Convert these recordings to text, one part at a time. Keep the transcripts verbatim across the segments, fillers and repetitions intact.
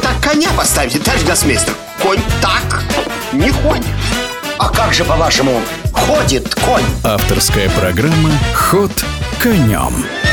так коня поставите, товарищ гроссмейстер? Конь так не ходит. А как же, по-вашему, ходит конь? Авторская программа «Ход конем».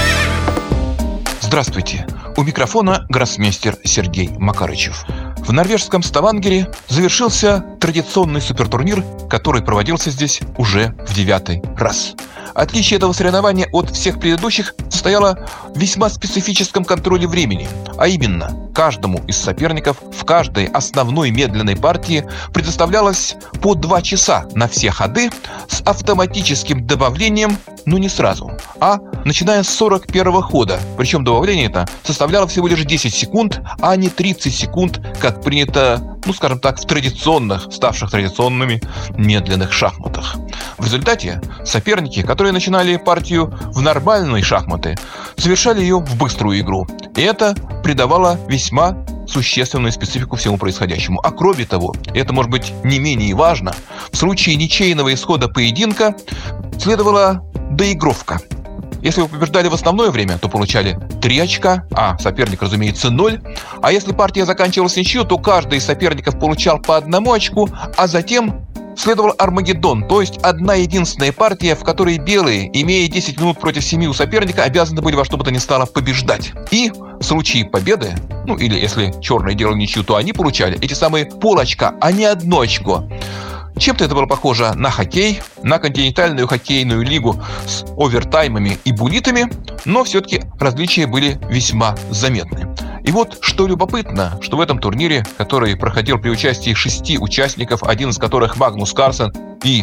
Здравствуйте. У микрофона гроссмейстер Сергей Макарычев. В норвежском Ставангере завершился традиционный супертурнир, который проводился здесь уже в девятый раз. Отличие этого соревнования от всех предыдущих состояло в весьма специфическом контроле времени. А именно, каждому из соперников в каждой основной медленной партии предоставлялось по два часа на все ходы с автоматическим добавлением, но не сразу, а начиная с сорок первого хода. Причем добавление это составляло всего лишь десять секунд, а не тридцать секунд, как принято, ну скажем так, в традиционных, ставших традиционными медленных шахматах. В результате соперники, которые начинали партию в нормальные шахматы, совершали ее в быструю игру. И это придавало весьма существенную специфику всему происходящему. А кроме того, и это может быть не менее важно, в случае ничейного исхода поединка следовала доигровка. Если вы побеждали в основное время, то получали три очка, а соперник, разумеется, ноль. А если партия заканчивалась в ничью, то каждый из соперников получал по одному очку, а затем следовал Армагеддон, то есть одна единственная партия, в которой белые, имея десять минут против семи у соперника, обязаны были во что бы то ни стало побеждать. И в случае победы, ну или если черные делали ничью, то они получали эти самые полочка, а не одно очко. Чем-то это было похоже на хоккей, на континентальную хоккейную лигу с овертаймами и буллитами, но все-таки различия были весьма заметны. И вот что любопытно, что в этом турнире, который проходил при участии шести участников, один из которых Магнус Карлсен и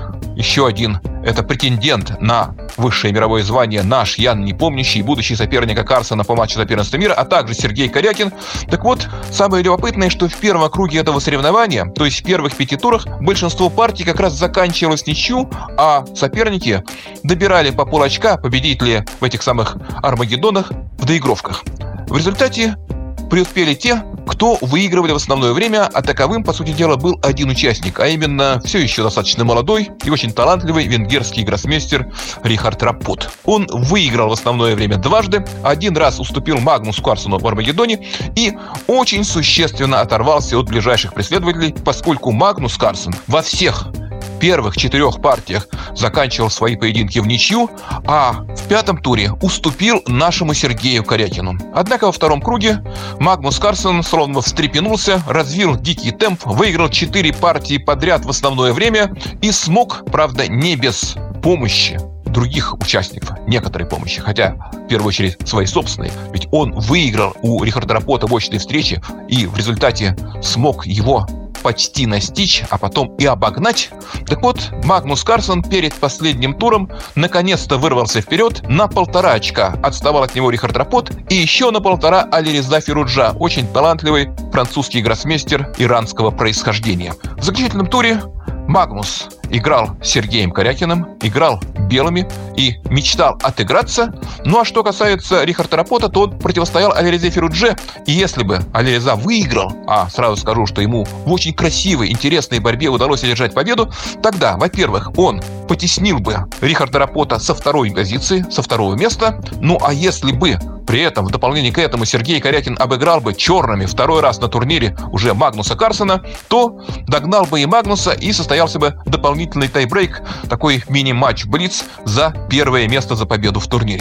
еще один – это претендент на высшее мировое звание, наш Ян Непомнящий, будущий соперника Карлсена по матчу за первенство мира, а также Сергей Корякин. Так вот, самое любопытное, что в первом круге этого соревнования, то есть в первых пяти турах, большинство партий как раз заканчивалось ничью, а соперники добирали по полочка победителей в этих самых Армагеддонах в доигровках. В результате преуспели те, кто выигрывали в основное время, а таковым, по сути дела, был один участник, а именно все еще достаточно молодой и очень талантливый венгерский гроссмейстер Рихард Раппот. Он выиграл в основное время дважды, один раз уступил Магнусу Карлсену в Армагеддоне и очень существенно оторвался от ближайших преследователей, поскольку Магнус Карлсен во всех первых четырех партиях заканчивал свои поединки в ничью, а в пятом туре уступил нашему Сергею Корякину. Однако во втором круге Магнус Карлсен словно встрепенулся, развил дикий темп, выиграл четыре партии подряд в основное время и смог, правда, не без помощи других участников, некоторой помощи, хотя в первую очередь своей собственной, ведь он выиграл у Рихарда Раппота в очной встрече и в результате смог его почти настичь, а потом и обогнать. Так вот, Магнус Карлсен перед последним туром наконец-то вырвался вперед, на полтора очка отставал от него Рихард Раппот и еще на полтора Алиреза Фируджа, очень талантливый французский гроссмейстер иранского происхождения. В заключительном туре Магнус играл с Сергеем Корякиным, играл белыми и мечтал отыграться. Ну а что касается Рихарда Раппота, то он противостоял Алирезе Фирудже. И если бы Алиреза выиграл, а сразу скажу, что ему в очень красивой, интересной борьбе удалось одержать победу, тогда, во-первых, он потеснил бы Рихарда Раппота со второй позиции, со второго места. Ну а если бы при этом, в дополнение к этому, Сергей Корякин обыграл бы черными второй раз на турнире уже Магнуса Карлсена, то догнал бы и Магнуса, и состоялся бы дополнительный тайбрейк, такой мини-матч Блиц за первое место за победу в турнире.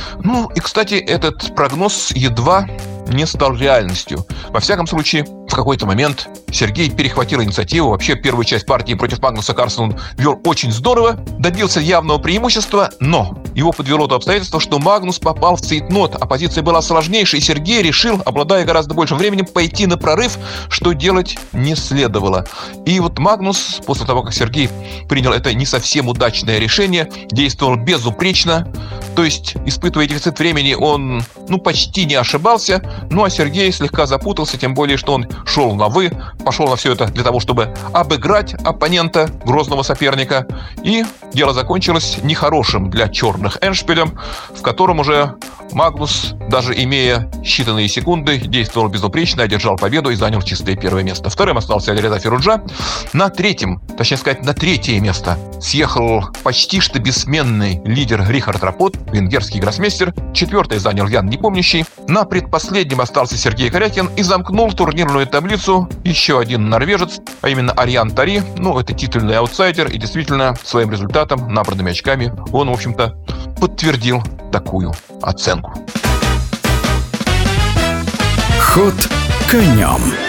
Ну и, кстати, этот прогноз едва не стал реальностью. Во всяком случае, в какой-то момент Сергей перехватил инициативу. Вообще, первую часть партии против Магнуса Карлсена он вел очень здорово, добился явного преимущества, но его подвело то обстоятельство, что Магнус попал в цейтнот, а позиция была сложнейшей, и Сергей решил, обладая гораздо большим временем, пойти на прорыв, что делать не следовало. И вот Магнус, после того, как Сергей принял это не совсем удачное решение, действовал безупречно, то есть, испытывая дефицит времени, он, ну, почти не ошибался. Ну, а Сергей слегка запутался, тем более, что он шел на «вы», пошел на все это для того, чтобы обыграть оппонента, грозного соперника. И дело закончилось нехорошим для черных эндшпилем, в котором уже Магнус, даже имея считанные секунды, действовал безупречно, одержал победу и занял чистое первое место. Вторым остался Алиреза Фируджа. На третьем, точнее сказать, на третье место съехал почти что бессменный лидер Рихард Рапот, венгерский гроссмейстер. Четвертый занял Ян Непомнящий. На предпоследнем остался Сергей Корякин и замкнул турнирную таблицу еще один норвежец, а именно Арьян Тари. Ну, это титульный аутсайдер, и действительно своим результатом, набранными очками, он, в общем-то, подтвердил такую оценку. Ход конем.